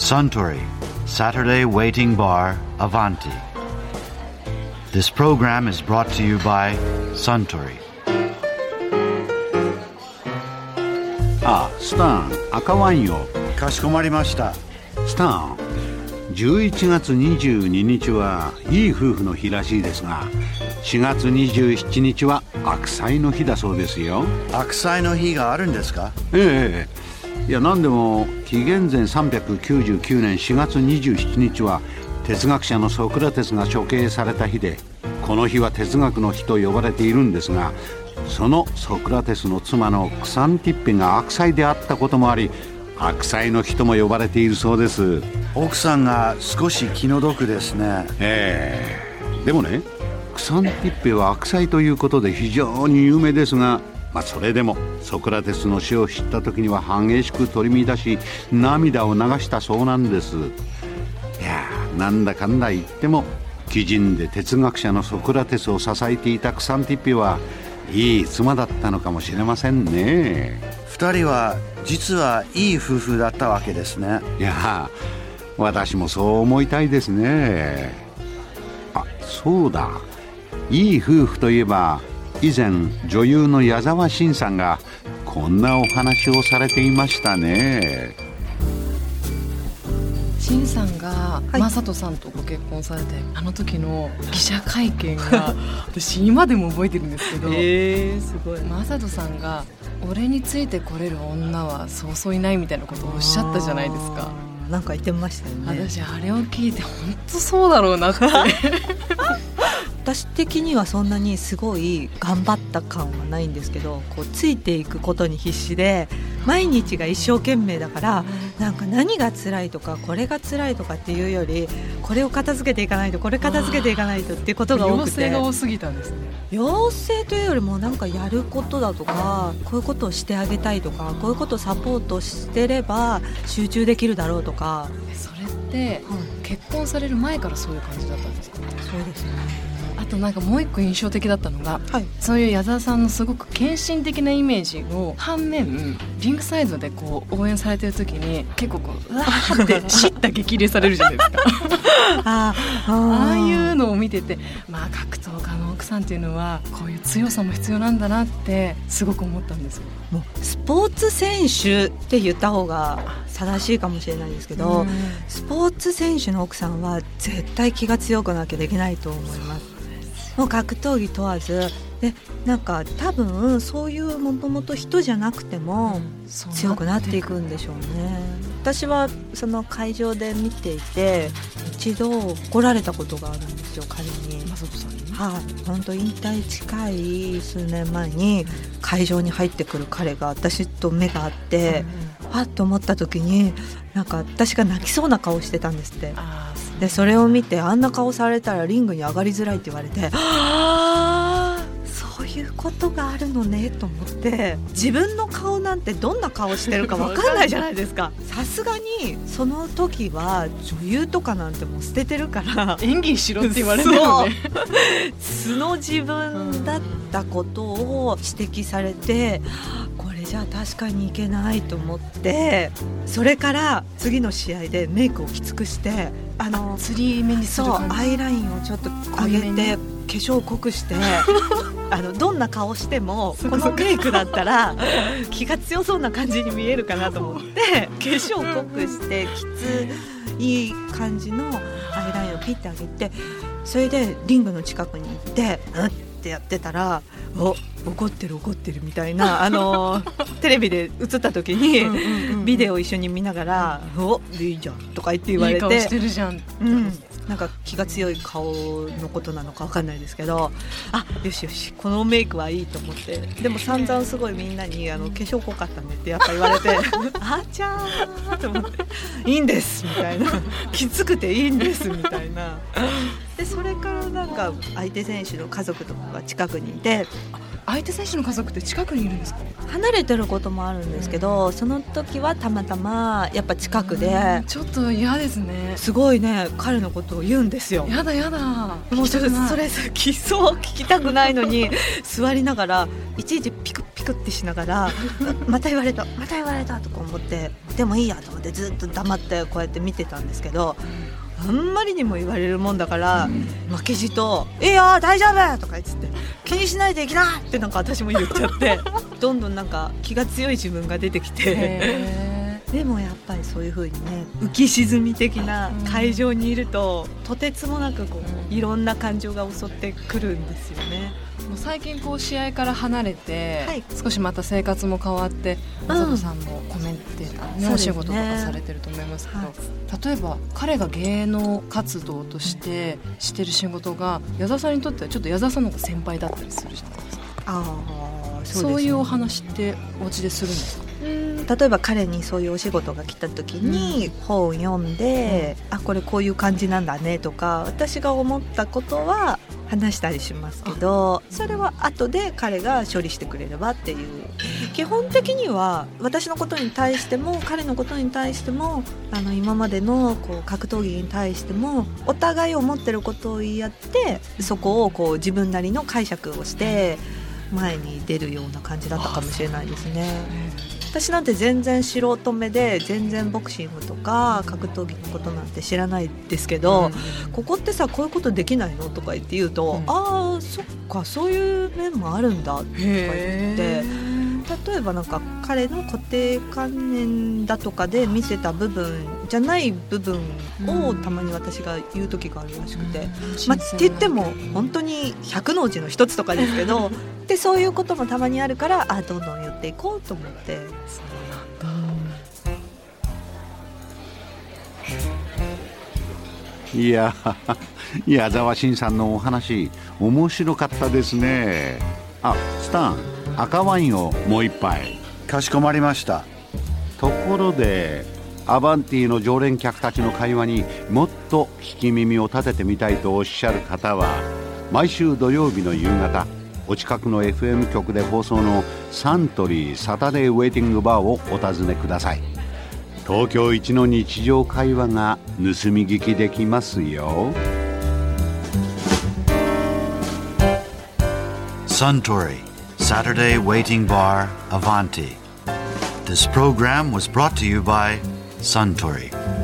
Suntory Saturday Waiting Bar Avanti. This program is brought to you by Suntory. スタン赤ワインを。 かしこまりました。 スタン、11月22日はいい夫婦の日らしいですが、4月27日は悪妻の日だそうですよ。 悪妻の日があるんですか？ ええ。いや、何でも紀元前399年4月27日は哲学者のソクラテスが処刑された日で、この日は哲学の日と呼ばれているんですが、そのソクラテスの妻のクサンティッペが悪妻であったこともあり、悪妻の日とも呼ばれているそうです。 奥さんが少し気の毒ですね。 でもね、クサンティッペは悪妻ということで非常に有名ですが、それでもソクラテスの死を知った時には激しく取り乱し、涙を流したそうなんです。いや、なんだかんだ言っても貴人で哲学者のソクラテスを支えていたクサンティッペはいい妻だったのかもしれませんね。 二人は実はいい夫婦だったわけですね。 いや、私もそう思いたいですね。そうだ、いい夫婦といえば以前女優の矢沢心さんがこんなお話をされていましたね。 心さんが正人さんとご結婚されて、あの時の記者会見が私今でも覚えてるんですけど、 すごい。 正人さんが俺についてこれる女はそうそういないみたいなことをおっしゃったじゃないですか。 なんか言ってましたよね。 私あれを聞いて本当そうだろうなって私的にはそんなにすごい頑張った感はないんですけど、こうついていくことに必死で毎日が一生懸命だから、なんか何が辛いとかこれが辛いとかっていうより、これを片付けていかないとこれ片付けていかないとっていうことが多くて、 要請が多すぎたんですね。 要請というよりもなんかやることだとか、こういうことをしてあげたいとか、こういうことをサポートしてれば集中できるだろうとか。 それって結婚される前からそういう感じだったんですか？ そうですね。 あとなんかもう一個印象的だったのが、そういう矢沢さんのすごく献身的なイメージを反面、リングサイドでこう応援されてる時に結構こううわーって叱咤激励されるじゃないですかああいうのを見てて、格闘家の奥さんっていうのはこういう強さも必要なんだなってすごく思ったんですよ。 もうスポーツ選手って言った方が正しいかもしれないですけど、スポーツ選手の奥さんは絶対気が強くなきゃできないと思います。もう格闘技問わずで、なんか多分そういうもともと人じゃなくても強くなっていくんでしょうね。私はその会場で見ていて一度怒られたことがあるんですよ、彼に。 正人さんに？ 本当引退近い数年前に会場に入ってくる彼が私と目が合って、パッと思った時になんか私が泣きそうな顔してたんですって。でそれを見て、あんな顔されたらリングに上がりづらいって言われて、そういうことがあるのねと思って、自分の顔なんてどんな顔してるか分かんないじゃないですか。さすがにその時は女優とかなんてもう捨ててるから演技しろって言われてるよね素の自分だったことを指摘されて、これじゃあ確かにいけないと思って、それから次の試合でメイクをきつくして、 つり目にする感じ、 アイラインをちょっと上げて化粧を濃くしてどんな顔してもこのメイクだったら気が強そうな感じに見えるかなと思って化粧を濃くしてきついい感じのアイラインをピッて上げて、それでリングの近くに行ってってやってたら、怒ってるみたいなテレビで映った時にビデオ一緒に見ながらいいじゃんとか言って言われて、 いい顔してるじゃん、 なんか気が強い顔のことなのか分かんないですけど、よしよしこのメイクはいいと思って、でも散々すごいみんなに化粧濃かったねってやっぱ言われてじゃーと思っていいんですみたいなきつくていいんですみたいな。でそれからなんか相手選手の家族とかが近くにいて、 相手選手の家族って近くにいるんですか？ 離れてることもあるんですけど、その時はたまたまやっぱ近くで、 ちょっと嫌ですね。 すごいね、彼のことを言うんですよ。 やだもうちょっとそれ聞きたくないのに座りながらいちいちピクピピクってしながらまた言われたとか思って、でもいいやと思ってずっと黙ってこうやって見てたんですけど、あんまりにも言われるもんだから、負けじといいよ大丈夫とか言って気にしないでいきなってなんか私も言っちゃってどんどんなんか気が強い自分が出てきてでもやっぱりそういう風にね、浮き沈み的な会場にいると、とてつもなくこういろんな感情が襲ってくるんですよね。 もう最近こう試合から離れて、 はい、 少しまた生活も変わって、あさこさんもコメンテーターのお仕事とかされてると思いますけど、はい、例えば彼が芸能活動としてしてる仕事が矢沢さんにとってはちょっと矢沢さんの方が先輩だったりするじゃないですか。そういうお話ってお家でするんですか？ 例えば彼にそういうお仕事が来た時に本を読んで、あこれこういう感じなんだねとか私が思ったことは話したりしますけど、それは後で彼が処理してくれればっていう、基本的には私のことに対しても彼のことに対しても今までのこう格闘技に対してもお互い思ってることを言い合って、そこをこう自分なりの解釈をして前に出るような感じだったかもしれないですね。私なんて全然素人目で全然ボクシングとか格闘技のことなんて知らないですけど、ここってさこういうことできないのとか言って言うと、ああそっかそういう面もあるんだとか言って、例えばなんか彼の固定観念だとかで見せた部分じゃない部分をたまに私が言う時があるらしくて、って言っても本当に100のうちの1つとかですけどでそういうこともたまにあるから、どんどん言っていこうと思って。そうなんだ。 いや矢沢慎さんのお話面白かったですね。スタン赤ワインをもう一杯。 かしこまりました。 ところでアバンティの常連客たちの会話にもっと聞き耳を立ててみたいとおっしゃる方は、毎週土曜日の夕方お近くの FM 局で放送のサントリーサタデーウェイティングバーをお尋ねください。東京一の日常会話が盗み聞きできますよ。 Suntory Saturday Waiting Bar Avanti. This program was brought to you by Suntory.